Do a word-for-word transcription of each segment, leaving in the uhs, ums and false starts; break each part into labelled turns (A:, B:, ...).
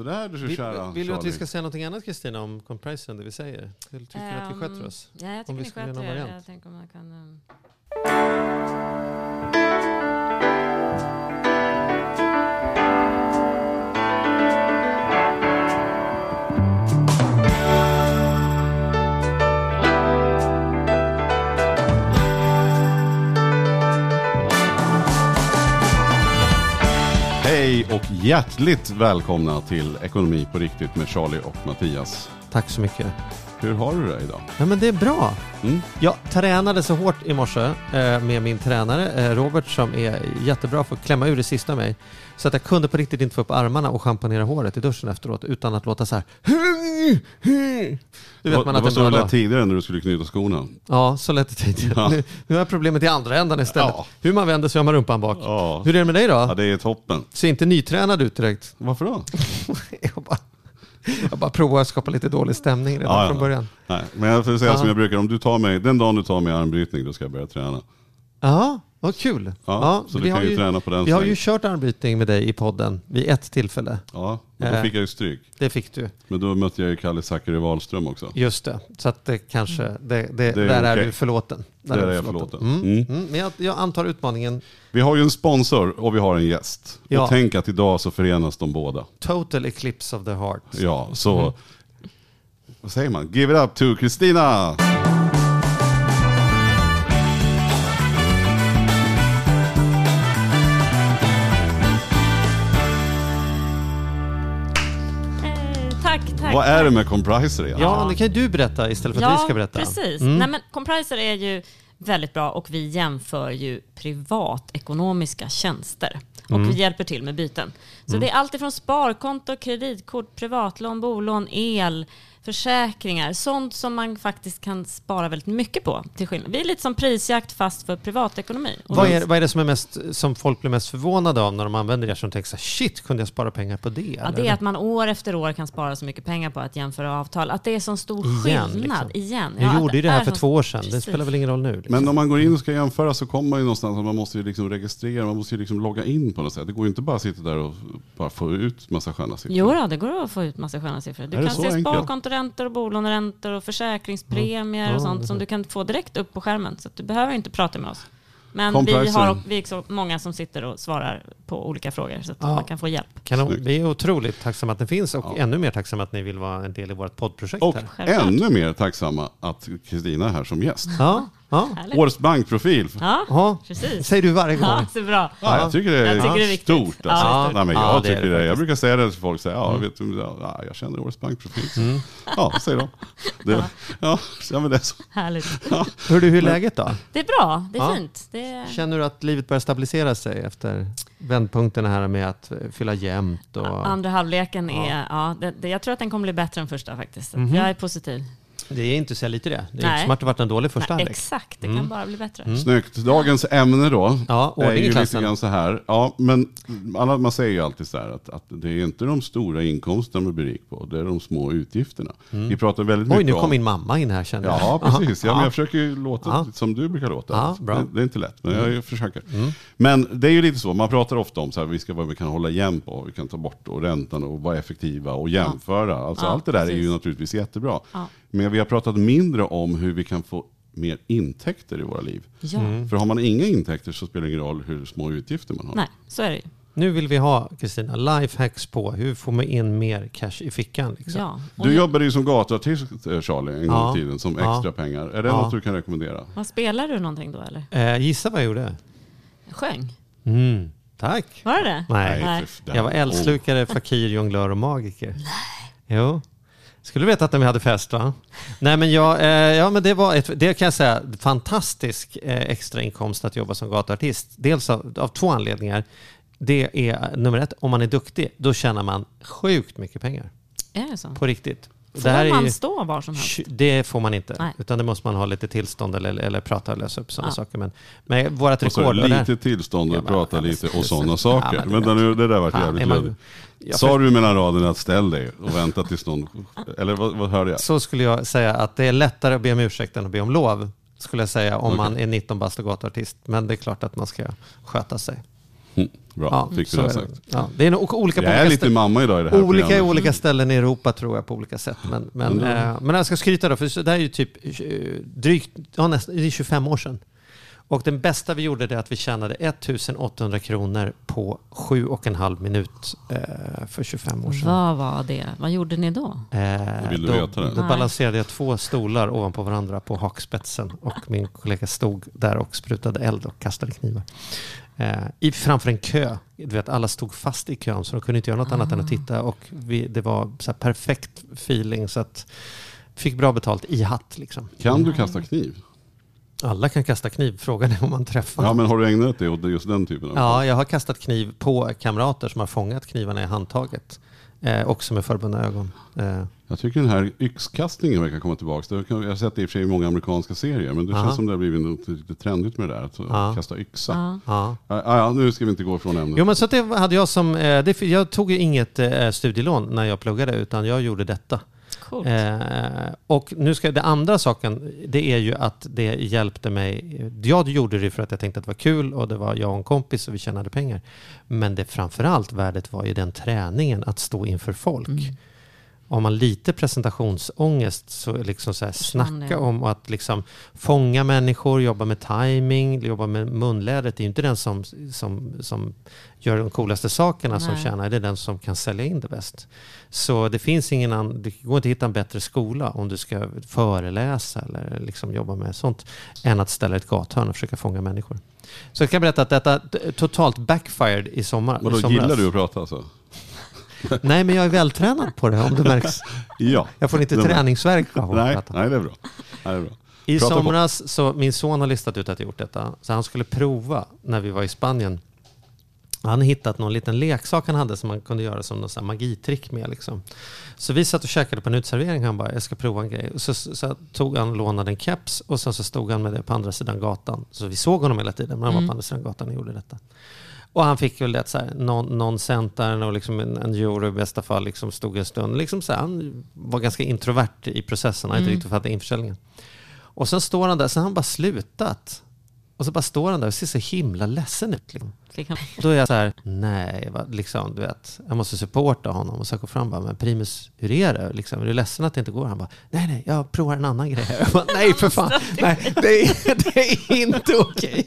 A: Så där du så
B: vill,
A: kära
B: vill du att vi
A: Charlie.
B: ska säga något annat, Kristina, om Comprisen, det vi säger? Eller tycker du um, att vi sköter oss?
C: Ja, jag tycker
B: om
C: ni
B: vi ska göra
C: sköter
B: någon
C: er.
B: variant.
C: Jag tänker om man kan... Um...
A: Hej och hjärtligt välkomna till Ekonomi på riktigt med Charlie och Mattias.
B: Tack så mycket.
A: Hur har du det idag?
B: Ja, men det är bra.
A: Mm.
B: Jag tränade så hårt i morse eh, med min tränare eh, Robert, som är jättebra för att klämma ur det sista av mig. Så att jag kunde på riktigt inte få upp armarna och schamponera håret i duschen efteråt utan att låta så här. Du vet
A: det
B: man
A: var,
B: att
A: det var så
B: dag.
A: lätt tidigare när du skulle knyta skorna.
B: Ja, så lätt tidigare.
A: Ja.
B: Nu, nu är problemet i andra ändan istället.
A: Ja.
B: Hur man vänder sig har man rumpan bak.
A: Ja.
B: Hur är det med dig då?
A: Ja, det är toppen.
B: Ser inte nytränad ut direkt.
A: Varför då?
B: jag, bara, jag bara provar att skapa lite dålig stämning redan
A: Ja, ja.
B: från början.
A: Nej, men jag får säga
B: Ja.
A: som jag brukar, om du tar mig, den dagen du tar mig i armbrytning, då ska jag börja träna.
B: Ja, vad kul.
A: Ja, så
B: vi
A: du
B: har
A: kan ju
B: ju,
A: träna på den
B: Vi har
A: svängen.
B: ju kört armbrytning med dig i podden vid ett tillfälle.
A: Ja, men då
B: Eh.
A: fick jag ju stryk.
B: Det fick du.
A: Men då mötte jag ju Kalle Zackari Wahlström också.
B: Just det. Så att det kanske, det, det,
A: Det är
B: där är
A: okej.
B: du förlåten.
A: Där är jag förlåten.
B: Mm.
A: Mm.
B: Mm. Men jag, jag antar utmaningen.
A: Vi har ju en sponsor och vi har en gäst.
B: Ja.
A: Och tänk att idag så förenas de båda.
B: Total eclipse of the heart.
A: Ja, så
B: Mm.
A: vad säger man? Give it up to Kristina!
C: Tack, tack.
A: Vad är det med Compriser igen?
B: Ja, det kan ju du berätta istället för att
C: Ja,
B: vi ska berätta.
C: precis.
B: Mm.
C: Nej, men Compriser är ju väldigt bra och vi jämför ju privatekonomiska tjänster. Och
B: Mm.
C: vi hjälper till med byten. Så det är allt ifrån sparkonto, kreditkort, privatlån, bolån, el, försäkringar. Sånt som man faktiskt kan spara väldigt mycket på. Till skillnad. Vi är lite som prisjakt fast för privatekonomi. Och
B: Vad
C: vi-
B: är, vad är det som, är mest, som folk blir mest förvånade av när de använder det, som tänker så här, shit, kunde jag spara pengar på det?
C: Ja, det är att man år efter år kan spara så mycket pengar på att jämföra avtal. Att det är så stor
B: Igen,
C: skillnad.
B: liksom.
C: Igen.
B: Jag
C: Ja,
B: gjorde ju
C: att
B: det här
C: är
B: för
C: så-
B: två år sedan. Det
C: Precis.
B: spelar väl ingen roll nu. Liksom.
A: Men om man går in och ska jämföra så kommer man ju någonstans att man måste ju liksom registrera, man måste ju liksom logga in på något sätt. Det går ju inte bara att sitta där och bara få ut massa sköna siffror.
C: Jo då, det går att få ut massa sköna siffror. Du
A: Är det
C: kan
A: så
C: se
A: enkelt?
C: sparkontoräntor och bolåneräntor och försäkringspremier
B: Mm.
C: och
B: Ja,
C: sånt
B: det
C: som
B: är-
C: du kan få direkt upp på skärmen. Så att du behöver inte prata med oss. Men
A: Compriser.
C: vi har vi är också många som sitter och svarar på olika frågor så att
B: Ja.
C: man kan få hjälp.
B: Kanon.
A: Snyggt.
B: Vi är otroligt tacksamma att den finns och
A: Ja.
B: ännu mer tacksamma att ni vill vara en del i vårt poddprojekt
A: Och
B: här.
C: Självklart.
A: ännu mer tacksamma att Kristina är här som gäst.
B: Ja, ja.
C: Härligt.
A: Årets bankprofil.
C: Ja,
B: ja.
C: precis.
B: Säger du varje gång.
C: Ja, så bra.
A: Ja, jag tycker det är,
C: Jag tycker det är viktigt.
A: stort. Alltså.
C: Ja,
A: Nej, men jag,
B: Ja, det är
A: tycker
B: det
A: det. jag
B: faktiskt.
A: brukar säga det till folk. Säga, ja, vet du, ja, jag känner Årets bankprofil. Så.
B: Mm.
A: Ja, säger de. Det, ja, ja, men det är så.
C: Härligt.
B: Hör du, hur är läget då?
C: Det är bra, det är
B: Ja.
C: fint. Det är...
B: Känner du att livet börjar stabilisera sig efter vändpunkterna här med att eh, fylla jämnt? Och...
C: Andra halvleken
B: Ja.
C: är, ja, det, det, jag tror att den kommer bli bättre än första faktiskt. Så
B: Mhm.
C: Jag är positiv.
B: Det är inte så lite det. Det är
C: Nej.
B: inte som att det varit en dålig första
C: Nej,
B: halvlek.
C: exakt, det
B: Mm.
C: kan bara bli bättre.
B: Mm.
A: Snyggt. Dagens ämne då
B: Ja,
A: är
B: ordning
A: ju
B: i
A: lite
B: klassen.
A: grann så här. Ja, men alla, man säger ju alltid så här att, att det är inte de stora inkomsterna man blir rik på. Det är de små utgifterna. Vi pratar väldigt
B: Oj,
A: mycket
B: nu
A: om...
B: kom min mamma in här, känner jag.
A: Ja, precis. Ja,
B: Aha.
A: men jag försöker ju låta
B: Ja.
A: som du brukar låta.
B: Ja, bra.
A: Det, det är inte lätt, men jag försöker.
B: Mm.
A: Men det är ju lite så, man pratar ofta om så här, vi ska, vad vi kan hålla igen på, vi kan ta bort och räntan och vara effektiva och jämföra. Alltså
C: Ja,
A: allt det där är
C: precis.
A: ju naturligtvis jättebra.
C: Ja.
A: Men vi har pratat mindre om hur vi kan få mer intäkter i våra liv.
C: Ja.
B: Mm.
A: För har man inga intäkter så spelar det ingen roll hur små utgifter man har.
C: Nej, så är det ju.
B: Nu vill vi ha, Kristina, lifehacks på hur får man in mer cash i fickan. Liksom.
C: Ja. Och
A: Du
C: jag-
A: jobbade ju som gatuartist, eh, Charlie, en gång
B: Ja.
A: i tiden som
B: Ja.
A: extra pengar. Är det
B: Ja.
A: något du kan rekommendera?
C: Vad spelar du någonting då eller?
B: Eh, gissa vad jag gjorde?
C: Sjöng?
B: Mm. Tack.
C: Var det det?
B: Nej.
C: Nej.
A: för fan.
B: Jag var eldslukare, fakir, jonglör och magiker. Nej. Jo. Skulle du veta att när vi hade fest, va? Nej, men jag, eh, ja, men det var ett, det kan jag säga, fantastisk eh, extra inkomst att jobba som gatuartist. Dels av, av två anledningar. Det är nummer ett, om man är duktig, då tjänar man sjukt mycket pengar.
C: Är det så?
B: På riktigt.
C: Får
B: Det här är
C: man
B: ju,
C: stå var som helst?
B: Tj- det får man inte.
C: Nej.
B: Utan det måste man ha lite tillstånd eller, eller prata och lösa upp sådana
C: Ja.
B: saker. Men, men vårat
A: Och så
B: rekord... och det här-
A: lite tillstånd och
B: Ja, men-
A: prata
B: ja, men-
A: lite och sådana
B: Ja,
A: saker.
B: men du
A: Vänta
B: vet.
A: nu, det där var
B: Fan,
A: jävligt
B: är man-
A: luddigt.
B: Jag
A: Sa
B: för-
A: du mellan raderna att ställ dig och vänta tills någon... Eller vad, vad hörde jag?
B: Så skulle jag säga att det är lättare att be om ursäkt än att be om lov. Skulle jag säga om
A: Okej.
B: man är nitton bast och gatuartist. Men det är klart att man ska sköta sig.
A: Mm. Bra,
B: Ja,
A: fick
B: så
A: vi det
B: är
A: sagt.
B: det. Ja, det är nog olika på
A: Jag är
B: olika
A: lite
B: stä-
A: mamma idag i det här
B: olika i
A: programmet.
B: olika ställen i Europa tror jag på olika sätt. Men, men,
A: Mm.
B: eh, men jag ska skryta då, för det här är ju typ eh, drygt, ja, nästan, det är tjugofem år sedan. Och den bästa vi gjorde är att vi tjänade ettusen åttahundra kronor på sju och en halv minut eh, för tjugofem år sedan.
C: Vad var det? Vad gjorde ni då?
B: Eh,
A: Vill du
B: då,
A: veta det?
B: då
C: Nej.
B: balanserade jag två stolar ovanpå varandra på hakspetsen och min kollega stod där och sprutade eld och kastade knivar. Eh, i, framför en kö. Du vet, alla stod fast i kön så de kunde inte göra något
C: Ah.
B: annat än att titta och vi, det var så här perfekt feeling så att fick bra betalt i hatt liksom.
A: Kan du kasta kniv?
B: Alla kan kasta kniv, frågan är om man träffar.
A: Ja, men har du ägnat dig åt just den typen av?
B: Ja, jag har kastat kniv på kamrater som har fångat knivarna i handtaget. Eh, också med förbundna ögon. Eh,
A: Jag tycker den här yxkastningen verkar komma tillbaka. Det kan- Jag har sett det i och för sig i många amerikanska serier. Men det
B: Aha.
A: känns som det har blivit något lite trendigt med det där. Att
B: Ja.
A: kasta yxa.
C: Ja.
B: ja.
A: Ja, ja, nu ska vi inte gå från ämnet.
B: Jo, men så att det hade jag som... Eh, det, jag tog ju inget eh, studielån när jag pluggade utan jag gjorde detta.
C: Coolt.
B: Eh, och nu ska det andra saken, det är ju att det hjälpte mig. Jag gjorde det för att jag tänkte att det var kul och det var jag och en kompis och vi tjänade pengar. Men det framförallt värdet var ju den träningen att stå inför folk.
C: Mm.
B: Har man lite presentationsångest så liksom så här
C: Försvann
B: snacka
C: det.
B: om att liksom fånga människor, jobba med timing, jobba med munlädret. Det är ju inte den som, som, som gör de coolaste sakerna som
C: Nej.
B: tjänar, det är den som kan sälja in det bäst. Så det finns ingen annan, det går inte att hitta en bättre skola om du ska föreläsa eller liksom jobba med sånt än att ställa ett gathörn och försöka fånga människor. Så jag kan berätta att detta t- totalt backfired i sommar.
A: Vadå,
B: i somras.
A: gillar du att prata alltså?
B: Nej, men jag är vältränad på det om det märks.
A: Ja.
B: Jag får inte
A: Det är bra.
B: träningsvärk av att
A: Nej,
B: prata.
A: nej, det är bra. Nej, det är bra.
B: I
A: Prata på.
B: somras så min son har listat ut att jag gjort detta. Så han skulle prova när vi var i Spanien. Han hade hittat någon liten leksak han hade som man kunde göra som någon sån här magitrick med. Liksom. Så vi satt och käkade på en utservering. Han bara, jag ska prova en grej. Och så, så, så tog han lånade en keps och sen så stod han med det på andra sidan gatan. Så vi såg honom hela tiden, men han var
C: Mm.
B: på andra sidan gatan och gjorde detta. Och han fick väl det så här, någon, någon cent där och liksom en, en euro i bästa fall liksom stod en stund. Liksom så här, han var ganska introvert i processen, han hade inte
C: Mm.
B: riktigt fattat införsäljningen. Och sen står han där, sen har han bara slutat. Och så bara står han där och ser så himla ledsen ut. Liksom.
C: Fick han-
B: Då är jag så här, nej, va, liksom, du vet, jag måste supporta honom. Och så går fram och bara, men Primus, hur är det? Liksom, är du ledsen att det inte går? Han bara, nej, nej, jag provar en annan grej. Jag bara, nej, för fan, nej, det är, det är inte okej.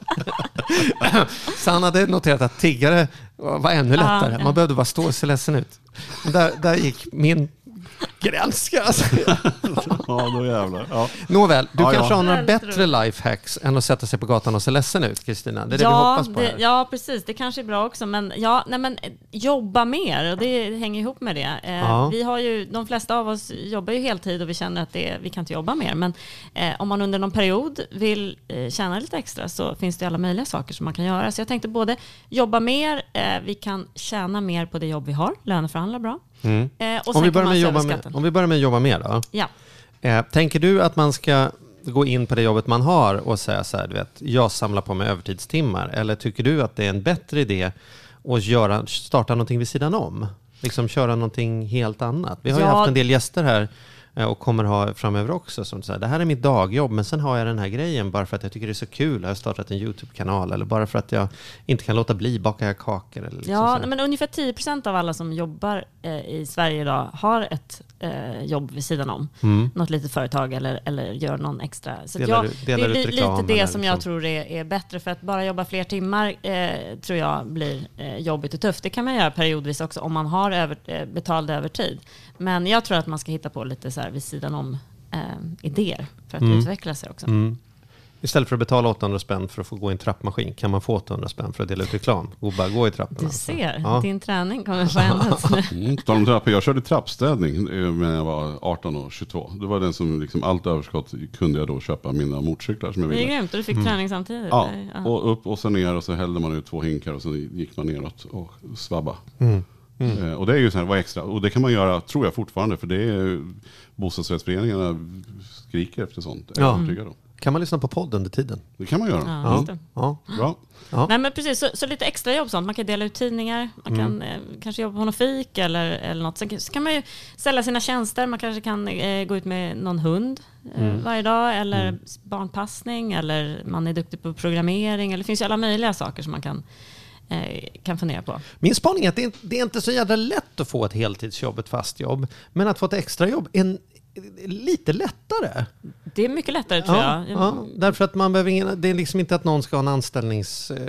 B: Så han hade noterat att tiggare var ännu lättare.
C: Ja, ja.
B: Man behövde bara stå och se ledsen ut. Men där, där gick min gräns, ska jag säga.
A: Ja, då jävlar. Ja.
B: Nåväl, du
A: Ja,
B: kanske
A: ja.
B: har några
C: Väldigt
B: bättre lifehacks än att sätta sig på gatan och se ledsen ut, Kristina. Det är det vi
C: ja,
B: hoppas på
C: det,
B: här.
C: ja, precis. Det kanske är bra också. Men, ja, nej, men eh, jobba mer, och det hänger ihop med det. Eh,
B: Ja.
C: Vi har ju, de flesta av oss jobbar ju heltid och vi känner att det, vi kan inte jobba mer. Men eh, om man under någon period vill eh, tjäna lite extra så finns det alla möjliga saker som man kan göra. Så jag tänkte både jobba mer, eh, vi kan tjäna mer på det jobb vi har, löneförhandla bra.
B: Mm.
C: Eh, och
B: Om
C: sen
B: vi,
C: kan
B: börjar
C: man
B: med
C: se
B: jobba
C: över
B: med,
C: skatten.
B: om vi börjar med att jobba mer då.
C: Ja.
B: Eh, tänker du att man ska gå in på det jobbet man har och säga så här, du vet, jag samlar på mig övertidstimmar? Eller tycker du att det är en bättre idé att göra, starta någonting vid sidan om? Liksom köra någonting helt annat. Vi har ju
C: Ja.
B: haft en del gäster här eh, och kommer ha framöver också som säger, det här är mitt dagjobb, men sen har jag den här grejen bara för att jag tycker det är så kul. Jag har startat en YouTube-kanal eller bara för att jag inte kan låta bli baka jag kakor. Eller liksom så
C: Ja,
B: här.
C: nej, men ungefär tio procent av alla som jobbar eh, i Sverige idag har ett eh, jobb vid sidan om.
B: Mm.
C: Något litet företag eller, eller gör någon extra. Så
B: Delar
C: jag,
B: du- delar
C: det är
B: ut
C: li-
B: reklam
C: lite det
B: eller
C: som jag
B: liksom?
C: tror är, är bättre. För att bara jobba fler timmar eh, tror jag blir eh, jobbigt och tufft. Det kan man göra periodvis också om man har över, eh, betald övertid. Men jag tror att man ska hitta på lite så här vid sidan om eh, idéer för att
B: Mm.
C: utveckla sig också.
B: Mm. Istället för att betala åttahundra spänn för att få gå i en trappmaskin kan man få åttahundra spänn för att dela ut reklam. Och bara gå i trapporna.
C: Du ser,
B: Ja.
C: din träning kommer få ändras nu.
A: Mm, på tal om trappor, jag körde trappstädning eh, när jag var arton och tjugotvå. Det var den som liksom, allt överskott kunde jag då köpa mina motorcyklar som jag
C: Det är
A: ville.
C: grymt, och du fick träning samtidigt.
A: Ja,
C: eller? Ja.
A: och upp och så ner och så hällde man ut två hinkar och så gick man neråt och svabba.
B: Mm.
A: Eh, och det är ju så här, vad extra. Och det kan man göra, tror jag fortfarande, för det är bostadsrättsföreningarna skriker efter sånt. Är
B: Ja.
A: jag övertygad om.
B: Kan man lyssna på podd under tiden?
A: Det kan man göra.
C: Ja,
A: Ja.
C: just det.
B: Ja.
A: Bra.
B: Ja.
C: Nej, men precis, så, så lite extra jobb sånt. Man kan dela ut tidningar, man kan eh, kanske jobba på någon fik eller, eller något. Sen, så kan man ju sälja sina tjänster. Man kanske kan eh, gå ut med någon hund eh,
B: Mm.
C: varje dag eller
B: Mm.
C: barnpassning eller man är duktig på programmering. Eller det finns ju alla möjliga saker som man kan eh, kan fundera på.
B: Min spaning är att det är, det är inte så jävla lätt att få ett heltidsjobb, ett fast jobb. Men att få ett extrajobb är en, lite lättare.
C: Det är mycket lättare tror
B: ja,
C: jag.
B: Ja, därför att man behöver ingen, det är liksom inte att någon ska ha en anställningsplikt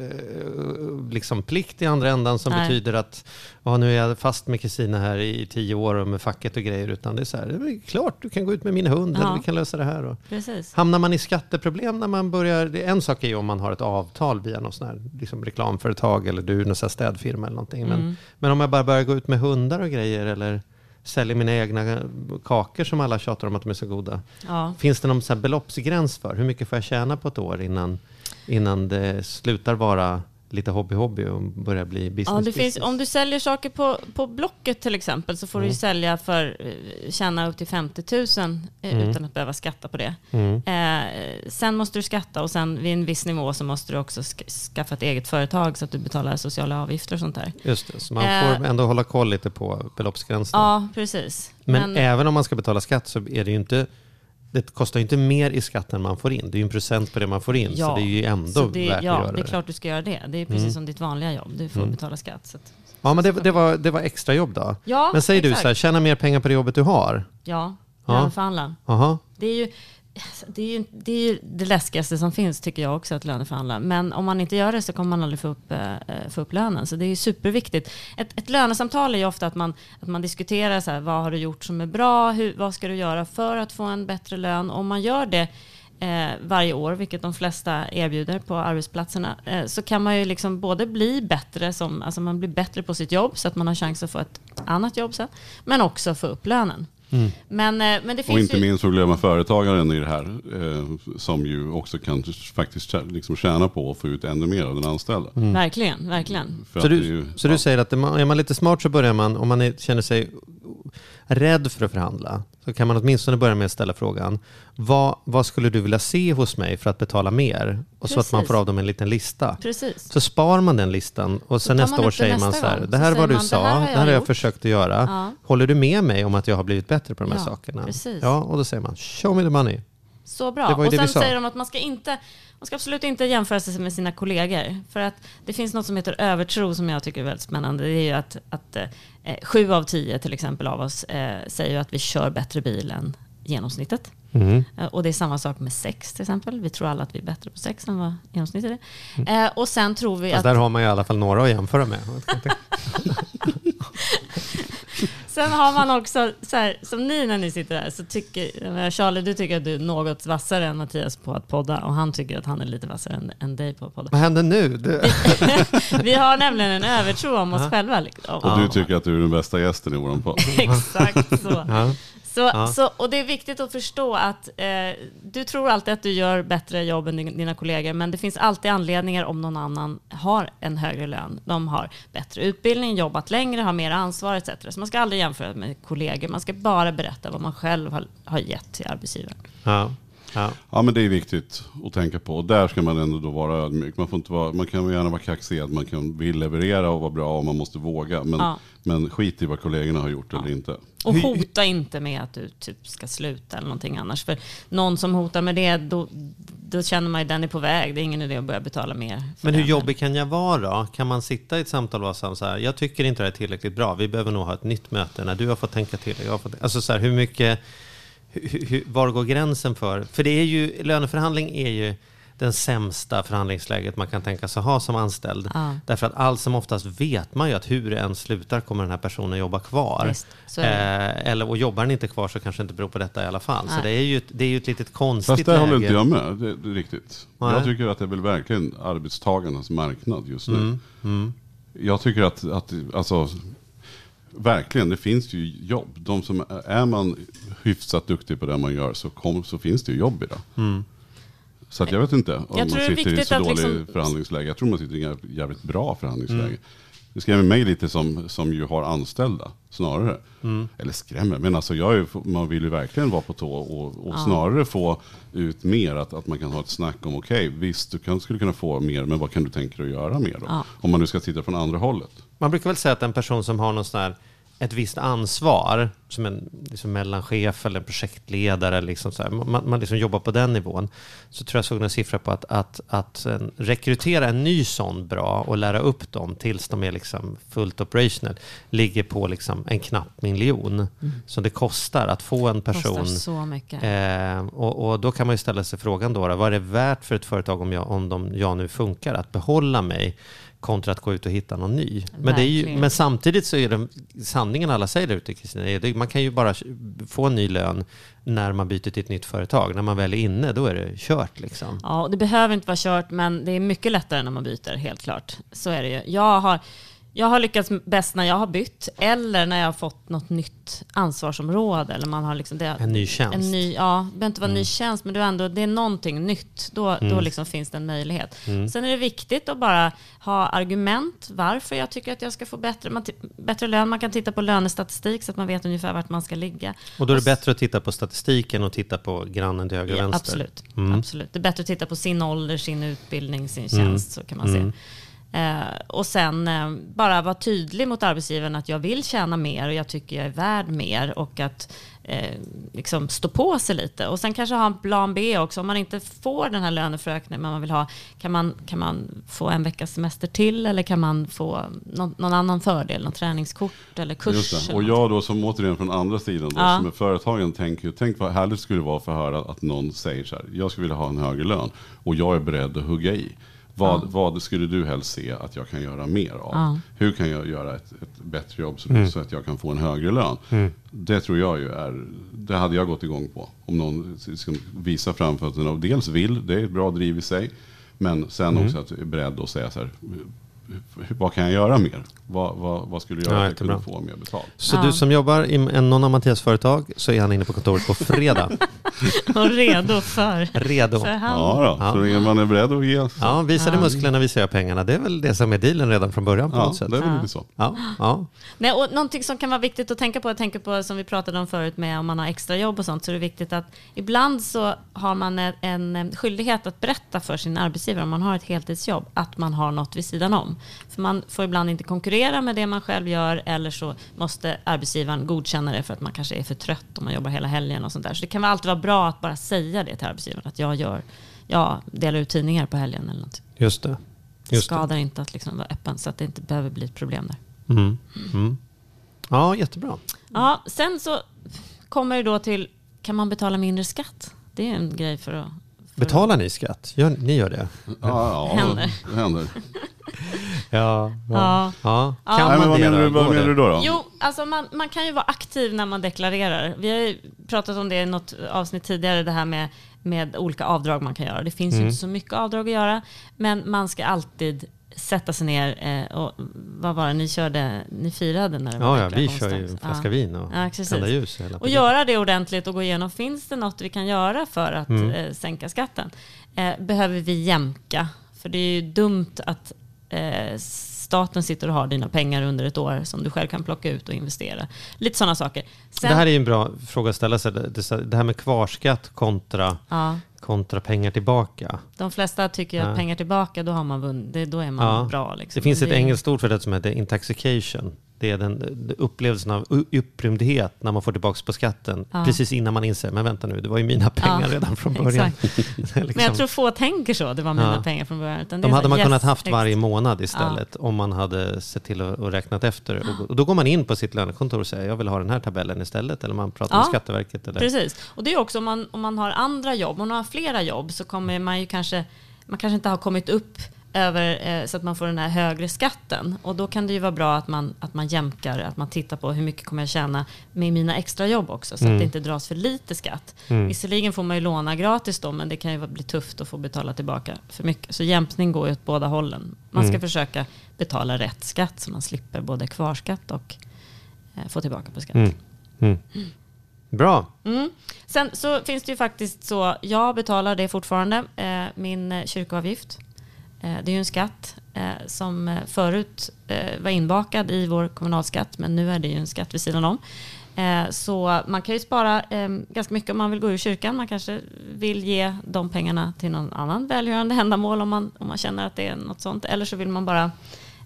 B: eh, liksom plikt i andra ändan som Nej. betyder att ja, nu är jag fast med Kristina här i tio år och med facket och grejer, utan det är så här, det är klart du kan gå ut med min hund ja. eller vi kan lösa det här. Och
C: Precis.
B: Hamnar man i skatteproblem när man börjar, det är en sak är ju om man har ett avtal via någon sån här liksom reklamföretag eller du någon sån här städfirma eller någonting, mm. men, men om jag bara börjar gå ut med hundar och grejer eller säljer mina egna kakor som alla tjatar om att de är så goda. Ja. Finns det någon så här beloppsgräns för hur mycket får jag tjäna på ett år innan, innan det slutar vara lite hobby-hobby och börjar bli business?
C: Ja, det
B: business?
C: finns, om du säljer saker på, på Blocket till exempel så får mm. du sälja för tjäna upp till femtio tusen mm. utan att behöva skatta på det. Mm. Eh, sen måste du skatta och sen vid en viss nivå så måste du också sk- skaffa ett eget företag så att du betalar sociala avgifter och sånt där.
B: Just det, så man eh, får ändå hålla koll lite på beloppsgränsen.
C: Ja, precis.
B: Men, Men även om man ska betala skatt så är det ju inte, det kostar ju inte mer i skatt än man får in. Det är ju en procent på det man får in. Ja, så det är ju ändå det,
C: värt
B: ja,
C: att
B: göra det.
C: Ja, det är klart du ska göra det. Det är precis mm. som ditt vanliga jobb. Du får mm. betala skatt. Så att,
B: ja, men det, det, var, det var extra jobb då.
C: Ja,
B: men säger
C: exakt.
B: du så här, tjäna mer pengar på det jobbet du har?
C: Ja,
B: ja.
C: löneförhandla.
B: Aha.
C: Det är ju det, är ju, det är ju det läskigaste som finns tycker jag också att löneförhandla. Men om man inte gör det så kommer man aldrig få upp, äh, få upp lönen. Så det är ju superviktigt. Ett, ett lönesamtal är ju ofta att man, att man diskuterar så här, vad har du gjort som är bra? Hur, vad ska du göra för att få en bättre lön? Om man gör det eh, varje år, vilket de flesta erbjuder på arbetsplatserna, eh, så kan man ju liksom både bli bättre, som, alltså man blir bättre på sitt jobb så att man har chans att få ett annat jobb sen, men också få upp lönen. Mm. Men, men det finns
A: och inte
C: ju...
A: minst att glömma företagaren i det här eh, som ju också kan faktiskt liksom tjäna på att få ut ännu mer av den anställda.
C: Mm. Verkligen, verkligen.
B: Så, du, ju, så ja. du säger att är man lite smart så börjar man, om man är, känner sig rädd för att förhandla, så kan man åtminstone börja med att ställa frågan, vad, vad skulle du vilja se hos mig för att betala mer? Och Precis. Så att man får av dem en liten lista.
C: Precis.
B: Så spar man den listan och sen nästa år säger man så här, det här är vad du sa, det här har jag, det här har jag försökt att göra. Ja. Håller du med mig om att jag har blivit bättre på de här
C: ja,
B: sakerna?
C: Precis.
B: Ja, och då säger man, show me the money.
C: Så bra. Och sen säger de att man ska inte, man ska absolut inte jämföra sig med sina kollegor. För att det finns något som heter övertro som jag tycker är väldigt spännande. Det är ju att, att eh, sju av tio till exempel av oss eh, säger att vi kör bättre bil än genomsnittet. Mm. Eh, och det är samma sak med sex till exempel. Vi tror alla att vi är bättre på sex än vad genomsnittet är. Mm. Eh, och sen tror vi
B: Fast
C: att...
B: där har man i alla fall några att jämföra med.
C: Sen har man också, så här, som ni när ni sitter här, så tycker, Charlie, du tycker att du är något vassare än Mattias på att podda och han tycker att han är lite vassare än, än dig på att podda.
B: Vad händer nu? Du...
C: Vi har nämligen en övertro om oss själva. Liksom.
A: Och du tycker att du är den bästa gästen i vår podd.
C: Exakt så. Så, ja. så, och det är viktigt att förstå att eh, du tror alltid att du gör bättre jobb än dina kollegor, men det finns alltid anledningar om någon annan har en högre lön. De har bättre utbildning, jobbat längre, har mer ansvar et cetera. Så man ska aldrig jämföra med kollegor. Man ska bara berätta vad man själv har, har gett till arbetsgivaren.
B: Ja. Ja.
A: ja, men det är viktigt att tänka på. Och där ska man ändå då vara ödmjuk. Man, får inte vara, man kan gärna vara kaxig att man kan vill leverera och vara bra och man måste våga. Men, ja. men skit i vad kollegorna har gjort ja. eller inte.
C: Och hota inte med att du typ ska sluta eller någonting annars. För någon som hotar med det, då, då känner man ju den är på väg. Det är ingen idé att börja betala mer.
B: Men hur jobbig kan jag vara då? Kan man sitta i ett samtal och vara så här, jag tycker inte det är tillräckligt bra. Vi behöver nog ha ett nytt möte när du har fått tänka till. Jag har fått, alltså så här, hur mycket... Hur, hur, var går gränsen för? För det är ju, löneförhandling är ju den sämsta förhandlingsläget man kan tänka sig ha som anställd. Ja. Därför att allt som oftast vet man ju att hur det än slutar kommer den här personen jobba kvar.
C: Visst,
B: eh, eller, och jobbar den inte kvar så kanske det inte beror på detta i alla fall. Nej. Så det är ju, det är ju ett litet konstigt
A: Fast det
B: läge.
A: håller inte jag med, det, det är riktigt.
B: Nej.
A: Jag tycker att det är väl verkligen arbetstagarnas marknad just nu.
B: Mm. Mm.
A: Jag tycker att, att alltså... Verkligen, det finns ju jobb. De som är man hyfsat duktig på det man gör så, kom, så finns det ju jobb idag. Mm. Så att jag vet inte om
C: jag
A: man sitter i ett så dåligt liksom... förhandlingsläge. Jag tror man sitter i ett jävligt bra förhandlingsläge. Mm. Det skrämmer mig lite som, som ju har anställda snarare. Mm. Eller skrämmer, men alltså jag är, man vill ju verkligen vara på tå och, och ja. snarare få ut mer. Att, att man kan ha ett snack om okej, okay, visst du kan, skulle kunna få mer, men vad kan du tänka dig att göra mer då? Ja. Om man nu ska titta från andra hållet.
B: Man brukar väl säga att en person som har någon sån här ett visst ansvar som en liksom mellanchef eller en projektledare, liksom så här, man, man liksom jobbar på den nivån, så tror jag såg en siffra på att, att, att en, rekrytera en ny sån bra och lära upp dem tills de är liksom fullt operational ligger på liksom en knapp miljon. Mm. Så det kostar att få en person.
C: Kostar så mycket.
B: Eh, och, och då kan man ju ställa sig frågan då, vad är det värt för ett företag om jag, om de, jag nu funkar att behålla mig kontra att gå ut och hitta någon ny. Men, det är ju, men samtidigt så är det sanningen alla säger där ute, Kristina. Man kan ju bara få en ny lön när man byter till ett nytt företag. När man väl är inne, då är det kört liksom.
C: Ja, det behöver inte vara kört, men det är mycket lättare när man byter, helt klart. Så är det ju. Jag har... Jag har lyckats bäst när jag har bytt eller när jag har fått något nytt ansvarsområde. Eller man har liksom det,
B: en ny tjänst.
C: En ny, ja, det behöver inte vara en mm. ny tjänst, men det är, ändå, det är någonting nytt. Då, mm. då liksom finns det en möjlighet. Mm. Sen är det viktigt att bara ha argument varför jag tycker att jag ska få bättre, man t- bättre lön. Man kan titta på lönestatistik så att man vet ungefär vart man ska ligga.
B: Och då är det bättre att titta på statistiken och titta på grannen till höger och
C: ja,
B: vänster.
C: Absolut.
B: Mm.
C: absolut. Det är bättre att titta på sin ålder, sin utbildning, sin tjänst.
B: Mm.
C: Så kan man
B: mm.
C: se. Eh, och sen eh, bara vara tydlig mot arbetsgivaren att jag vill tjäna mer och jag tycker jag är värd mer, och att eh, liksom stå på sig lite. Och sen kanske ha en plan B också. Om man inte får den här löneförökningen man vill ha, kan man, kan man få en veckas semester till, eller kan man få någon, någon annan fördel, någon träningskort eller kurs.
A: Just det.
C: Och
A: jag då som återigen från andra sidan då,
C: ja.
A: som är företagen, tänker tänk vad härligt skulle det vara för att höra att någon säger så här: jag skulle vilja ha en högre lön och jag är beredd att hugga i. Vad, ja. vad skulle du helst se att jag kan göra mer av? Ja. Hur kan jag göra ett, ett bättre jobb så, mm. så att jag kan få en högre lön? Mm. Det tror jag ju är, det hade jag gått igång på. Om någon ska visa framfötterna och dels vill, det är ett bra driv i sig. Men sen mm. också att jag är beredd att säga så här: vad kan jag göra mer? Vad, vad, vad skulle jag göra för att kunna få mer betalt?
B: Så ja. Du som jobbar i en, någon av Mattias företag, så är han inne på kontoret på fredag.
C: Och redo för,
B: redo.
C: för han.
A: Ja, då, ja. Så länge man är beredd att ge. Så.
B: Ja, visar det musklerna, visar jag pengarna. Det är väl det som är dealen redan från början på
A: ja,
B: något sätt.
A: det är väl lite så.
B: Ja, ja.
C: Nej, och någonting som kan vara viktigt att tänka på, jag tänker på som vi pratade om förut med om man har extra jobb och sånt, så är det viktigt att ibland så har man en, en skyldighet att berätta för sin arbetsgivare om man har ett heltidsjobb att man har något vid sidan om. För man får ibland inte konkurrera med det man själv gör, eller så måste arbetsgivaren godkänna det för att man kanske är för trött om man jobbar hela helgen och sånt där. Så det kan alltid vara bra att bara säga det till arbetsgivaren, att jag gör, jag delar ut tidningar på helgen eller något.
B: Just det. Just
C: skadar
B: det.
C: inte att liksom vara öppen, så att det inte behöver bli ett problem där.
B: Mm. Mm. Ja, jättebra.
C: Ja, sen så kommer det då till, kan man betala mindre skatt? Det är en grej för att... För
B: Betalar
C: att...
B: ni skatt? Gör, ni gör det?
A: Ja, ja
C: händer.
A: Det händer.
B: Ja, ja. ja.
C: ja.
B: Kan
A: Nej,
B: man
A: men vad
B: det
A: menar, du, vad menar du då? då?
C: Jo, alltså man, man kan ju vara aktiv när man deklarerar. Vi har ju pratat om det i något avsnitt tidigare, det här med, med olika avdrag man kan göra. Det finns mm. ju inte så mycket avdrag att göra, men man ska alltid sätta sig ner eh, och vad var det ni körde, ni firade när det var
B: ja, ja, vi kör ju en flaska
C: ja.
B: vin och
C: ja,
B: tända ljus.
C: Och göra det ordentligt och gå igenom, finns det något vi kan göra för att mm. eh, sänka skatten? Eh, behöver vi jämka? För det är ju dumt att eh, staten sitter och har dina pengar under ett år som du själv kan plocka ut och investera. Lite sådana saker. Sen,
B: det här är ju en bra fråga att ställa sig. Det här med kvarskatt kontra,
C: ja.
B: kontra pengar tillbaka.
C: De flesta tycker ja. att pengar tillbaka, då, har man vunnit, då är man ja. bra. Liksom.
B: Det finns ett
C: det...
B: engelskt ord för det som heter intoxication. Det är den upplevelsen av upprymdhet när man får tillbaka på skatten. Ja. Precis innan man inser, men vänta nu, det var ju mina pengar ja. redan från början. liksom.
C: Men jag tror få tänker så, det var mina ja. pengar från början. Utan
B: De
C: det
B: hade man
C: yes,
B: kunnat haft
C: text.
B: varje månad istället ja. om man hade sett till att och räknat efter. Och då går man in på sitt lönekontor och säger, jag vill ha den här tabellen istället. Eller man pratar ja. med Skatteverket. Eller...
C: Precis, och det är också om man, om man har andra jobb, om man har flera jobb, så kommer man ju kanske, man kanske inte har kommit upp över, eh, så att man får den här högre skatten. Och då kan det ju vara bra att man, att man jämkar, att man tittar på hur mycket kommer jag tjäna med mina extra jobb också, så mm. att det inte dras för lite skatt. Mm. Visserligen får man ju låna gratis då, men det kan ju bli tufft att få betala tillbaka för mycket. Så jämkning går ju åt båda hållen. Man ska mm. försöka betala rätt skatt så man slipper både kvarskatt och eh, få tillbaka på skatt.
B: Mm. Mm. Mm. Bra.
C: Mm. Sen så finns det ju faktiskt så, jag betalar det fortfarande, eh, min eh, kyrkoavgift. Eh, det är ju en skatt eh, som eh, förut eh, var inbakad i vår kommunalskatt, men nu är det ju en skatt vid sidan om. Eh, så man kan ju spara eh, ganska mycket om man vill gå ur kyrkan. Man kanske vill ge de pengarna till någon annan välgörande ändamål om man, om man känner att det är något sånt. Eller så vill man bara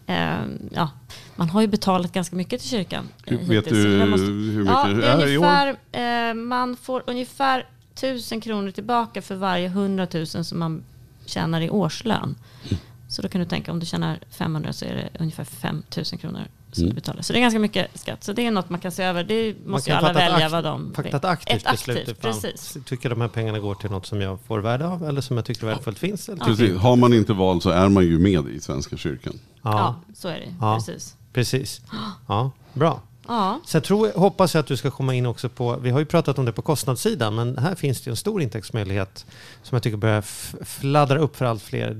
C: eh, ja, man har ju betalat ganska mycket till kyrkan.
A: Hur,
C: eh,
A: vet du
C: måste,
A: hur mycket
C: ja, det är
A: är
C: ungefär, eh, man får ungefär tusen kronor tillbaka för varje hundratusen som man tjänar i årslön. Mm. Så då kan du tänka, om du tjänar femhundra så är det ungefär fem tusen kronor som mm. du betalar. Så det är ganska mycket skatt. Så det är något man kan se över. Det måste ju alla välja vad de
B: vill. Ett aktivt beslut.
C: Aktivt, precis.
B: Tycker de här pengarna går till något som jag får värde av eller som jag tycker värdefullt finns? Eller?
A: Precis. Har man inte val så är man ju med i Svenska kyrkan.
C: Ja, ja så är det.
B: Ja.
C: Precis.
B: Precis. Ja, bra.
C: Ja.
B: Så jag tror, hoppas jag att du ska komma in också på, vi har ju pratat om det på kostnadssidan, men här finns det en stor intäktsmöjlighet som jag tycker börjar f- fladdra upp för allt fler,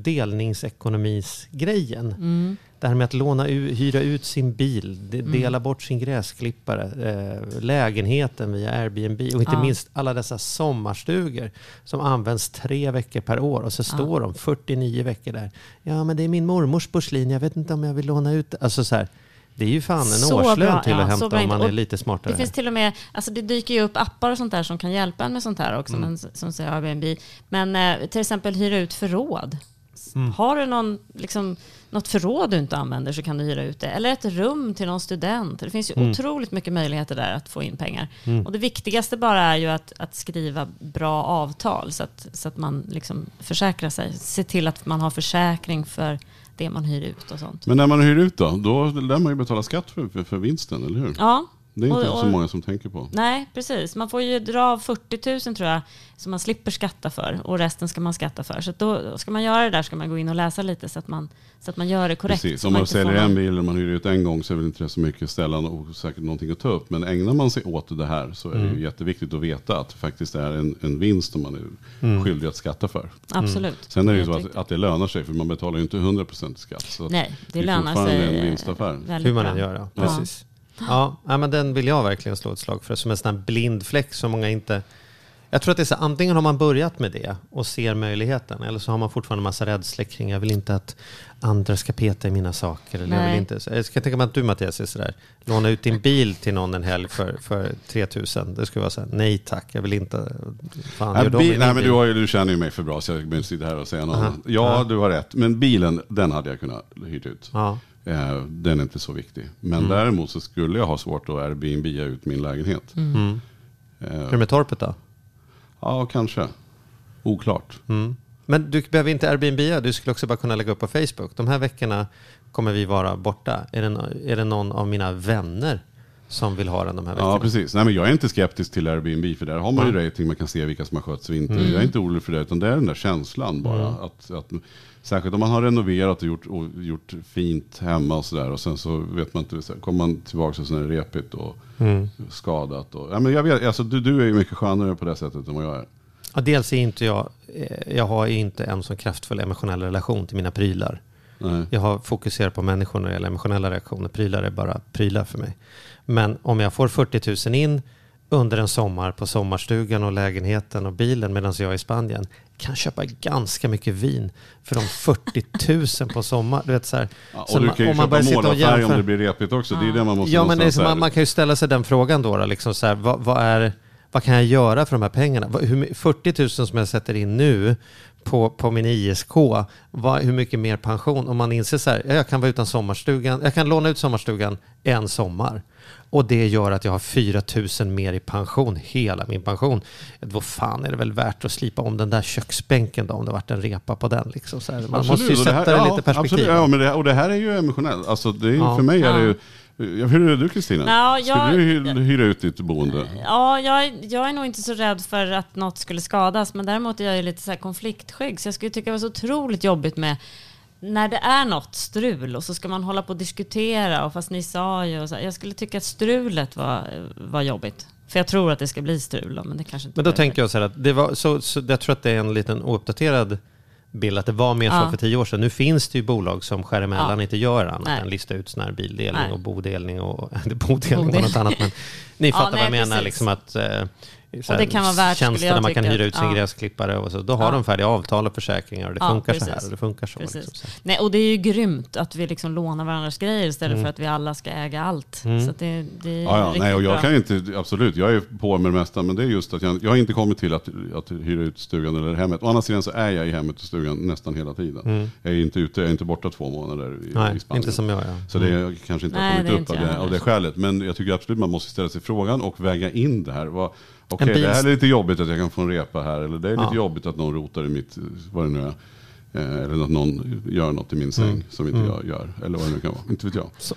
B: delningsekonomisgrejen. Mm. Det här med att låna ut, hyra ut sin bil, de, mm. dela bort sin gräsklippare, eh, lägenheten via Airbnb och inte ja. minst alla dessa sommarstugor som används tre veckor per år och så ja. står de fyrtionio veckor där. Ja, men det är min mormors porslin, jag vet inte om jag vill låna ut det. Alltså så här. Det är ju fan en så årslön bra, till ja, att hämta om man är lite smartare.
C: Det finns till och med, alltså det dyker ju upp appar och sånt där som kan hjälpa en med sånt här också, mm. men, som säger Airbnb. Men eh, till exempel hyra ut förråd. Mm. Har du någon, liksom, något förråd du inte använder så kan du hyra ut det. Eller ett rum till någon student. Det finns ju mm. otroligt mycket möjligheter där att få in pengar. Mm. Och det viktigaste bara är ju att, att skriva bra avtal så att, så att man liksom försäkrar sig. Se till att man har försäkring för det man hyr ut och sånt.
A: Men när man hyr ut då, då lär man ju betala skatt för, för, för vinsten, eller hur?
C: Ja.
A: Det är inte
C: och, och,
A: så många som tänker på.
C: Nej, precis. Man får ju dra av fyrtio tusen tror jag som man slipper skatta för och resten ska man skatta för. Så då ska man göra det där ska man gå in och läsa lite så att man, så att man gör det korrekt.
A: Precis, om man, man säljer en bil och man hyr ut en gång så är väl inte det så mycket ställan och säkert någonting att ta upp. Men ägnar man sig åt det här så är mm. det ju jätteviktigt att veta att det faktiskt är en, en vinst som man är mm. skyldig att skatta för.
C: Absolut.
A: Mm. Sen är det ju så att, att det lönar sig för man betalar ju inte hundra procent skatt. Så
C: nej, det, det
A: lönar sig en vinstaffär.
B: Hur man än gör, ja. Precis. Ja, men den vill jag verkligen slå ett slag för som en sån här blind fläck som många inte... Jag tror att det är så, antingen har man börjat med det och ser möjligheten eller så har man fortfarande en massa rädslor kring jag vill inte att andra ska peta i mina saker. Eller jag, vill inte, jag ska tänka mig att du Mattias är sådär, låna ut din bil till någon en helg för, för tre tusen. Det skulle vara så här, nej tack, jag vill inte... Fan,
A: nej, bil, nej men du, har ju, du känner ju mig för bra så jag behöver inte sitta här och säga något. Uh-huh. Ja, uh-huh. du har rätt. Men bilen, den hade jag kunnat hyra ut.
B: Ja.
A: Uh, den är inte så viktig. Men mm. däremot så skulle jag ha svårt att Airbnb ut min lägenhet.
B: Mm. Mm. Uh, Hur med torpet då?
A: Ja, kanske. Oklart.
B: Mm. Men du behöver inte Airbnb, du skulle också bara kunna lägga upp på Facebook. De här veckorna kommer vi vara borta. Är det, är det någon av mina vänner som vill ha den de här veckorna?
A: Ja, precis. Nej, men jag är inte skeptisk till Airbnb för där har man ju mm. rating, man kan se vilka som har skötts vinter. Mm. Jag är inte orolig för det, utan det är den där känslan bara. Mm. Att, att, särskilt om man har renoverat och gjort, och gjort fint hemma och sådär och sen så vet man inte, så kommer man tillbaka och så är det repigt och mm. skadat. Och, ja, men jag vet, alltså, du, du är ju mycket skönare på det sättet än vad jag är.
B: Ja, dels är inte jag, jag har inte en så kraftfull emotionell relation till mina prylar. Nej. Jag har fokuserat på människor när det gäller emotionella reaktioner. Prylar är bara prylar för mig. Men om jag får fyrtio tusen in under en sommar på sommarstugan och lägenheten och bilen medan jag är i Spanien kan köpa ganska mycket vin för de fyrtio tusen på sommar. Du vet, så här,
A: ja, och så du man, kan ju köpa målarfärg om det blir repigt också. Ja. Det är det man måste
B: ja, men det är så, man, man kan ju ställa sig den frågan då. då liksom så här, vad, vad, är, vad kan jag göra för de här pengarna? Hur, fyrtio tusen som jag sätter in nu på, på min I S K, vad, hur mycket mer pension? Om man inser så här, jag kan vara utan sommarstugan, jag kan låna ut sommarstugan en sommar. Och det gör att jag har fyra tusen mer i pension, hela min pension. Vad fan är det väl värt att slipa om den där köksbänken då, om det varit en repa på den. Liksom. Så här, man absolut, måste ju sätta det, här, det ja, lite perspektiv.
A: Absolut, ja, men det, och det här är ju emotionellt. Alltså, det är, ja. För mig är ja. det ju... Hur är du, Kristina?
C: Ja, jag,
A: skulle du hyra, hyra ut ditt boende?
C: Ja, jag, jag är nog inte så rädd för att något skulle skadas. Men däremot är jag ju lite så här konfliktskygg. Så jag skulle tycka det var så otroligt jobbigt med när det är något strul och så ska man hålla på och diskutera och fast ni sa ju och så, jag skulle tycka att strulet var, var jobbigt. För jag tror att det ska bli strul men det kanske inte.
B: Men då tänker jag så här att det var så, så jag tror att det är en liten ouppdaterad bild att det var mer ja. så för tio år sedan. Nu finns det ju bolag som skär emellan ja. inte gör annat nej. än lista ut sån här bildelning nej. och bodelning och bodelning och något annat men ni fattar ja, nej, vad jag menar liksom att eh,
C: och det kan vara värt,
B: tjänster där man kan hyra ut sin
C: ja.
B: gräsklippare och så. Då har
C: ja.
B: de färdiga avtal och försäkringar och det
C: ja,
B: funkar
C: precis.
B: så här och det funkar så. Liksom, så.
C: Nej, och det är ju grymt att vi liksom lånar varandras grejer istället
B: Mm.
C: för att vi alla ska äga allt.
B: Mm.
C: Så att det, det är
A: Ja, ja,
C: riktigt
A: nej, och jag
C: bra.
A: kan inte, absolut, jag är på med det mesta, men det är just att jag, jag har inte kommit till att, att hyra ut stugan eller hemmet. Å andra sidan så är jag i hemmet och stugan nästan hela tiden.
B: Mm.
A: Jag är inte ute, jag är inte borta två månader i,
B: Nej,
A: i Spanien.
B: inte som jag. Ja.
A: Så det jag kanske inte
C: Nej,
A: har
C: det
A: kommit
C: är
A: upp
C: inte
A: av det,
C: jag
A: av det skälet. Men jag tycker absolut man måste ställa sig frågan och väga in det här. Vad, okej,
B: En bil-
A: det här är lite jobbigt att jag kan få en repa här. Eller det är lite
B: Ja.
A: jobbigt att någon rotar i mitt, vad det nu är. Eh, Eller att någon gör något i min säng
B: Mm.
A: som inte
B: Mm.
A: jag gör. Eller vad det nu kan vara. Inte vet jag.
B: Så,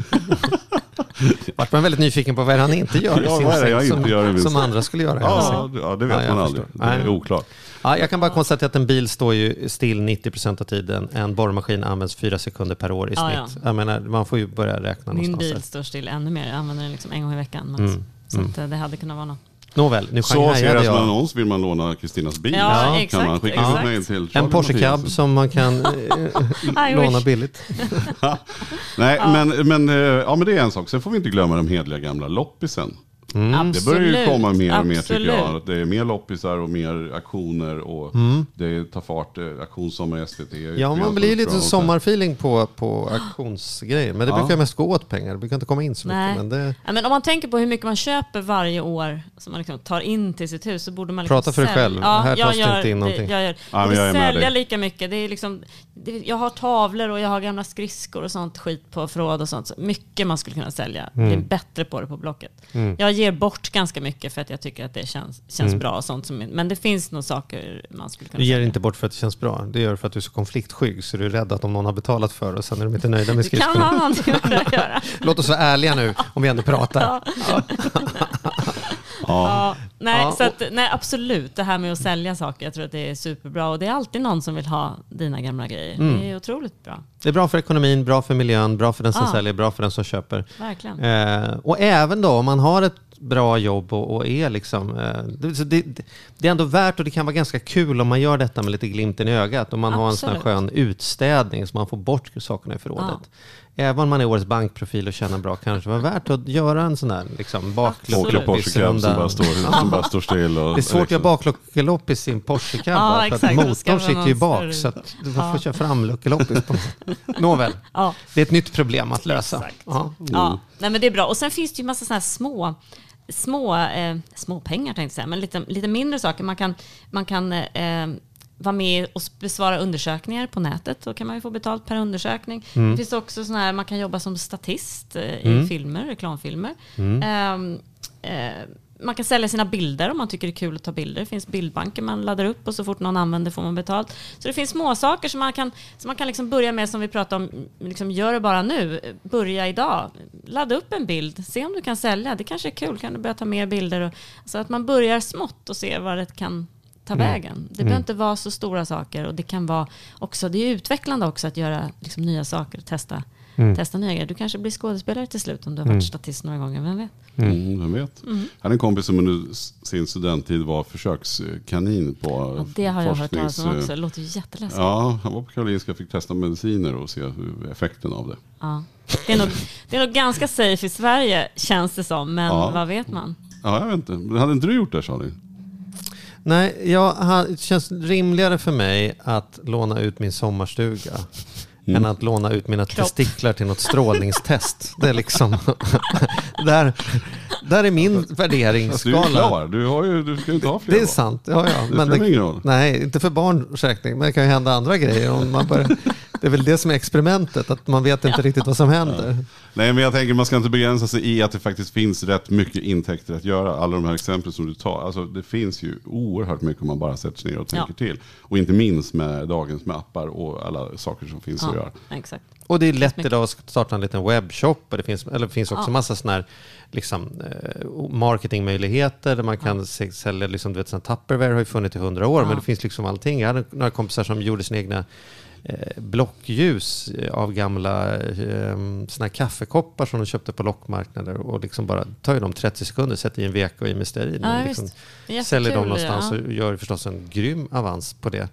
B: vart man väldigt nyfiken på vad han inte gör i
A: Ja,
B: sin
A: vad är det jag
B: säng,
A: inte
B: som,
A: gör i min
B: som
A: säng?
B: andra skulle göra. i sin
A: Ja,
B: säng.
A: ja, det vet
B: Ja, jag
A: man aldrig.
B: förstår.
A: Det är
B: Nej.
A: oklart.
B: Ja, jag kan bara konstatera att en bil står ju still nittio procent av tiden. En borrmaskin används fyra sekunder per år i
C: Ja,
B: snitt.
C: ja.
B: Jag menar, man får ju börja räkna
C: Min
B: någonstans.
C: bil
B: där.
C: står still ännu mer. Jag använder den liksom en gång i veckan. Men
B: Mm.
C: Så
B: Mm.
C: att eh, det hade kunnat vara något.
B: Nåväl, nu
A: Så
B: shanghajade
A: ser det som en
B: jag
A: annons, vill man låna Kristinas bil.
C: Ja,
A: kan
C: exakt,
A: man skicka
C: exakt.
A: ett mejl till
B: en
A: Charlie
B: Porsche Cab
A: Mattiasen.
B: som man kan eh,
C: I
B: låna
C: wish.
B: billigt.
A: Nej,
C: Ja.
A: men, men, eh, ja, men det är en sak. Sen får vi inte glömma de hedliga gamla loppisen.
B: Mm.
A: Det börjar ju
C: Absolut,
A: komma mer och mer tycker
C: absolut.
A: jag. Att det är mer loppisar och mer aktioner och
B: Mm.
A: det tar fart. eh, Auktionssommar i S V T.
B: Ja, man blir ju lite
A: bra.
B: sommarfeeling på, på auktionsgrejer. Men det
A: Ja.
B: brukar mest gå åt pengar. Det brukar inte komma in så
C: Nej.
B: mycket. Men det,
C: Ja, men om man tänker på hur mycket man köper varje år som man liksom tar in till sitt hus så borde man liksom
B: Prata för dig
C: sälja-
B: själv. Här
C: jag
B: tas det
C: gör
B: inte in någonting.
C: Det, jag gör.
A: Ja, men
C: jag
A: jag är
C: vill
A: med
C: sälja
A: dig.
C: lika mycket. Det är liksom, det, jag har tavlor och jag har gamla skridskor och sånt skit på förråd och sånt. Så mycket man skulle kunna sälja.
B: Mm.
C: Bli bättre på det på Blocket.
B: Mm.
C: Jag ger bort ganska mycket för att jag tycker att det känns, känns
B: Mm.
C: bra. Och sånt som, men det finns nog saker man skulle kunna
B: du ger
C: sälja.
B: inte bort för att det känns bra. Det gör du för att du är så konfliktskygg så du är rädd att om någon har betalat för och sen är de inte nöjda med
C: Det kan
B: skridskorna.
C: ha någonting med det att göra.
B: Låt oss vara ärliga nu om vi ändå pratar.
C: Ja.
A: Ja.
C: Ja, nej,
B: Ja,
C: så att, nej, absolut. Det här med att sälja saker, jag tror att det är superbra. Och det är alltid någon som vill ha dina gamla grejer.
B: Mm.
C: Det är otroligt bra.
B: Det är bra för ekonomin, bra för miljön, bra för den som
C: Ja.
B: säljer, bra för den som köper.
C: Verkligen.
B: Eh, och även då om man har ett bra jobb och, och är liksom... Eh, det, så det, det är ändå värt och det kan vara ganska kul om man gör detta med lite glimten i ögat. Om man har en sån här
C: Absolut.
B: skön utstädning så man får bort sakerna i förrådet.
C: Ja.
B: Även om man är årets bankprofil och tjänar bra kanske det var värt att göra en sån här liksom, baklopp.
C: Absolut.
A: Åka Porsche Cab som bara står, som bara står still. Och,
B: Det är svårt att göra bakluckelopp i sin Porsche Cab.
C: Ja,
B: bara, för
C: exakt.
B: att
C: Då
B: motorn
C: ska man
B: sitter ju
C: ha
B: bak
C: större-
B: så att du får
C: Ja.
B: köra fram luckeloppis på. Nåväl,
C: Ja.
B: det är ett nytt problem att lösa.
C: Exakt.
B: Ja.
C: Ja, nej, men det är bra. Och sen finns det ju massa såna här små, små, eh, små pengar tänkte jag säga, men lite, lite mindre saker. Man kan, man kan eh, vara med och besvara undersökningar på nätet. Då kan man ju få betalt per undersökning.
B: Mm.
C: Det finns också såna här, man kan jobba som statist eh, i
B: Mm.
C: filmer, reklamfilmer.
B: Mm.
C: Ehm, eh, man kan sälja sina bilder om man tycker det är kul att ta bilder. Det finns bildbanker man laddar upp och så fort någon använder får man betalt. Så det finns små saker som man kan, som man kan liksom börja med, som vi pratade om, liksom gör det bara nu. Börja idag. Ladda upp en bild. Se om du kan sälja. Det kanske är kul. Kan du börja ta mer bilder? Och, så att man börjar smått och ser vad det kan ta
B: Mm.
C: vägen. Det
B: Mm.
C: behöver inte vara så stora saker. Och det kan vara också, det är utvecklande också att göra liksom nya saker. Testa,
B: Mm.
C: testa nya grejer. Du kanske blir skådespelare till slut om du har varit
B: Mm.
C: statist några gånger. Vem vet?
A: Mm, vem vet.
C: Mm.
A: Jag hade en kompis som under sin studenttid var försökskanin på
C: Ja, det har jag hört talas om
A: forsknings-
C: också. Det låter ju jätteläskigt.
A: Ja, han var på Karolinska och fick testa mediciner och se hur effekten av det.
C: Ja. Det, är nog, det är nog ganska safe i Sverige känns det som, men
A: Ja.
C: vad vet man?
A: Ja, jag vet inte. Men hade inte du gjort det, Charlie?
B: Nej, jag har, det känns rimligare för mig att låna ut min sommarstuga
A: Mm.
B: än att låna ut mina testiklar till något strålningstest. Det är liksom... där, där är min
A: Alltså, du är
B: värderingsskala.
A: klar. Du, har ju, du ska ju inte ha fler
B: Det är
A: barn.
B: sant, ja, ja.
A: Det
B: Men
A: spelar ingen roll.
B: nej, inte för barns räkning, men det kan ju hända andra grejer. Om man börjar, det är väl det som är experimentet, att man vet inte riktigt vad som händer.
A: Nej, men jag tänker man ska inte begränsa sig i att det faktiskt finns rätt mycket intäkter att göra. Alla de här exemplen som du tar. Alltså, det finns ju oerhört mycket om man bara sätter sig ner och tänker
C: Ja.
A: till. Och inte minst med dagens med appar och alla saker som finns att göra.
C: Exakt.
B: Och det är lätt
C: mycket.
B: idag att starta en liten webbshop. Och det finns, eller det finns också
C: Ja.
B: massa sådana här liksom, eh, marketingmöjligheter där man kan se- sälja, liksom, du vet, sån Tupperware har ju funnits i hundra år,
C: Ja.
B: men det finns liksom allting. Jag hade några kompisar som gjorde sina egna eh, blockljus av gamla eh, såna här kaffekoppar som de köpte på lockmarknader och liksom bara tar ju dem trettio sekunder, sätter i en veka och i med stearin.
C: Ja,
B: och
C: visst.
B: liksom
C: Det är
B: säljer dem
C: jättekul,
B: någonstans
C: ja.
B: och gör förstås en grym avans på det.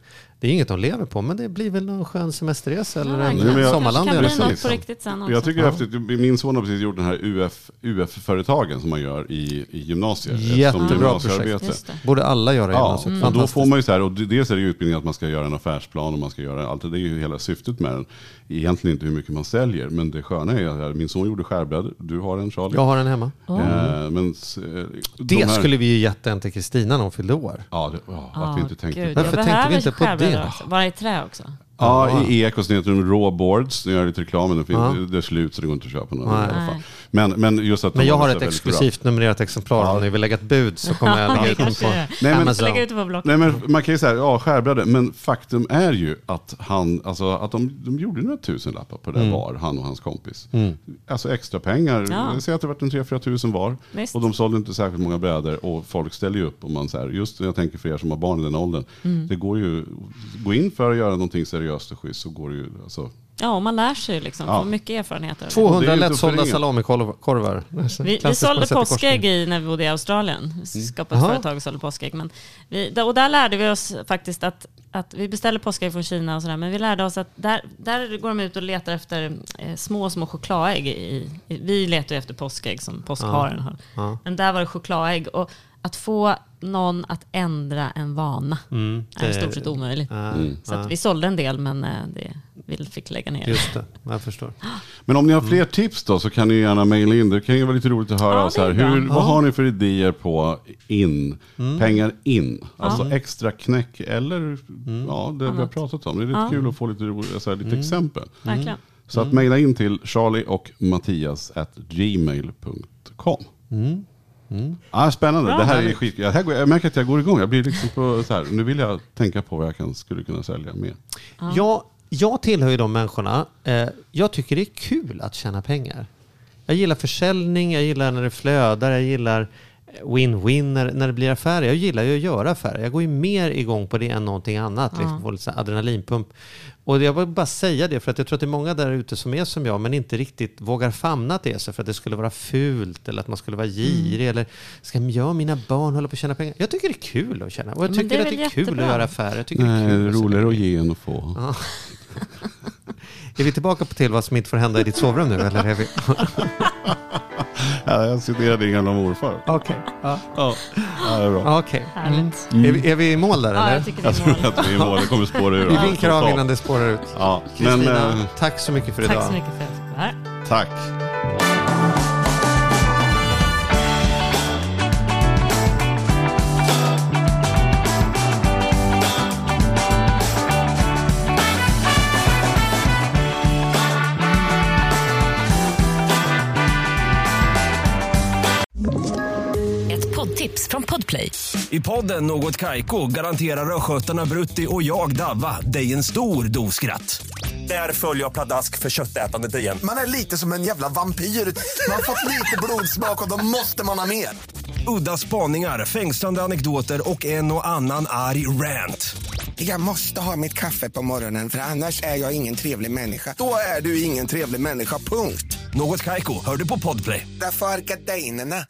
B: det är inget de lever på, men det blir väl någon skön semesterresa eller
C: Ja,
B: en
C: verkligen.
A: jag-
B: sommarland.
C: Kanske
B: eller
C: kan
B: så.
C: bli något
A: liksom.
C: på riktigt sen också.
A: Jag tycker
B: Ja.
A: efter, min son har precis gjort den här U F, U F-företagen som man gör i, i gymnasiet.
B: Jättebra
A: Som gymnasiearbete.
B: projekt.
C: Just det.
B: Borde alla göra i
A: Ja,
B: gymnasiet.
A: och då
B: Fantastiskt.
A: får man ju så här, och dels är det ju utbildning att man ska göra en affärsplan och man ska göra allt det, det är ju hela syftet med den. Egentligen inte hur mycket man säljer, men det sköna är att min son gjorde skärbrädor, du har en Charlie.
B: Jag har den hemma.
C: Oh.
A: Eh, men, s- eh, de
B: Det
A: här-
B: skulle vi ju gett en till Kristina när hon fyllde år.
A: Ja, det, ja att vi inte tänkte
C: Gud,
A: på
B: Varför
C: jag
B: tänkte vi
C: behöver
B: inte på
C: skärbrädor
B: det?
C: också. Bara i trä också.
A: Ja, i ek och så heter de rawboards. Nu gör jag lite reklam, men det, finns,
B: Ja.
A: det är slut så det går inte att köpa någon.
B: Nej.
A: I alla fall.
C: Nej.
A: Men, men just att de
B: Men jag
A: var
B: har
A: så
B: ett
A: väldigt
B: exklusivt numrerat exemplar.
A: Ja.
B: Om ni vill lägga ett bud så kommer jag lägga ut den
C: Kanske
B: på
C: det.
A: Nej, men-
B: Amazon.
C: Lägga ut det på blocket.
A: Nej, men man kan ju säga, ja, skärbrädor. Men faktum är ju att han, alltså att de, de gjorde några tusenlappar på det
B: Mm.
A: var, han och hans kompis. Alltså extra pengar.
C: Ja.
A: Jag säger att det varit en tre fyra tusen var.
C: Visst.
A: Och de sålde inte särskilt många brädor. Och folk ställer ju upp. Och man så här, just jag tänker för er som har barn i den åldern.
C: Mm.
A: Det går ju, gå in för att göra någonting seriöst och schysst så går det ju, alltså.
C: Ja, och man lär sig liksom.
A: Ja.
C: Får mycket erfarenheter.
A: Det
B: tvåhundra
A: är inte
B: lättsålda
A: att förringa.
B: salamikorvar.
C: Vi, vi
B: Klassiskt
C: sålde
B: man sätter
C: påskägg
B: korsning.
C: i när vi bodde i Australien. Vi skapade ett
B: Jaha.
C: företag och sålde påskägg. Men vi, och där lärde vi oss faktiskt att, att vi beställde påskägg från Kina och sådär. Men vi lärde oss att där, där går de ut och letar efter eh, små, små chokladägg. I, i, vi letar ju efter påskägg som påskharen har.
B: Ja.
C: Men där var det chokladägg. Och att få någon att ändra en vana
B: Mm,
C: är i
B: det-
C: stort sett omöjligt.
B: Ja,
C: Så
B: ja,
C: att vi sålde en del, men eh, det, vi fick lägga ner.
B: Just det, jag förstår.
A: Men om ni har fler tips då så kan ni gärna mejla in. Det kan ju vara lite roligt att höra.
C: Ja, det
A: så här,
C: är bra.
A: hur,
B: Ja.
A: vad har ni för idéer på in?
B: Mm.
A: Pengar in. Alltså extra knäck eller
B: Mm.
A: ja, det vi har
C: Annat.
A: pratat om. Det är lite
C: Ja.
A: kul att få lite, ro- så här, lite exempel.
C: Verkligen.
A: Så att mejla in till Charlie och Mattias at gmail punkt com. Ah, spännande.
C: Bra,
A: det här är
C: härligt.
A: skit. Jag, här går, jag märker att jag går igång. Jag blir liksom på så här. Nu vill jag tänka på vad jag kan, skulle kunna sälja mer.
B: Jag, jag tillhör ju de människorna. Eh, jag tycker det är kul att tjäna pengar. Jag gillar försäljning, jag gillar när det flödar, jag gillar win-win när, när det blir affärer. Jag gillar ju att göra affärer. Jag går ju mer igång på det än någonting annat.
C: Ja.
B: Liksom, få lite så här adrenalinpump. Och jag vill bara säga det för att jag tror att det är många där ute som är som jag men inte riktigt vågar famna att det är så för att det skulle vara fult eller att man skulle vara girig
C: Mm.
B: eller ska jag och mina barn hålla på att tjäna pengar? Jag tycker det är kul att tjäna och jag
C: Men
B: tycker
C: det är
B: att det
C: väl
B: är kul att
C: jättebra.
B: göra affärer. Jag tycker det
A: Nej,
B: är kul att sälja
A: roligare att
B: grejer.
A: ge än att få.
B: Ja. Är vi tillbaka på till vad som inte får hända i ditt sovrum nu? Eller är vi...
A: Ja, jag citerade din gamla morfar.
B: Okej. Ja.
A: Ja, ja, det är bra.
B: Okej.
C: Härligt.
B: Är, vi, är vi i mål där
C: Ja,
B: eller?
C: jag tycker det
A: Jag
C: är
A: tror
C: mål.
A: att vi är i mål. Det kommer spåra ur.
B: Vi
A: Ja,
B: vinkar av
A: totalt.
B: innan det spårar ut.
A: Ja, men
B: Kristina,
A: eh,
B: tack så mycket för idag.
C: Tack så mycket för att jag fick vara här.
A: tack.
D: Ett poddtips från Podplay.
E: I podden Något Kaiko garanterar östgötarna Brutti och jag Davva dig en stor dos skratt. Där följer jag pladask för köttätandet igen.
F: Man är lite som en jävla vampyr. Man har fått lite blodsmak och då måste man ha mer.
E: Udda spaningar, fängslande anekdoter och en och annan arg rant.
F: Jag måste ha mitt kaffe på morgonen för annars är jag ingen trevlig människa. Då är du ingen trevlig människa, punkt.
E: Något Kaiko, hör du på Podplay.
F: Därför är gardinerna.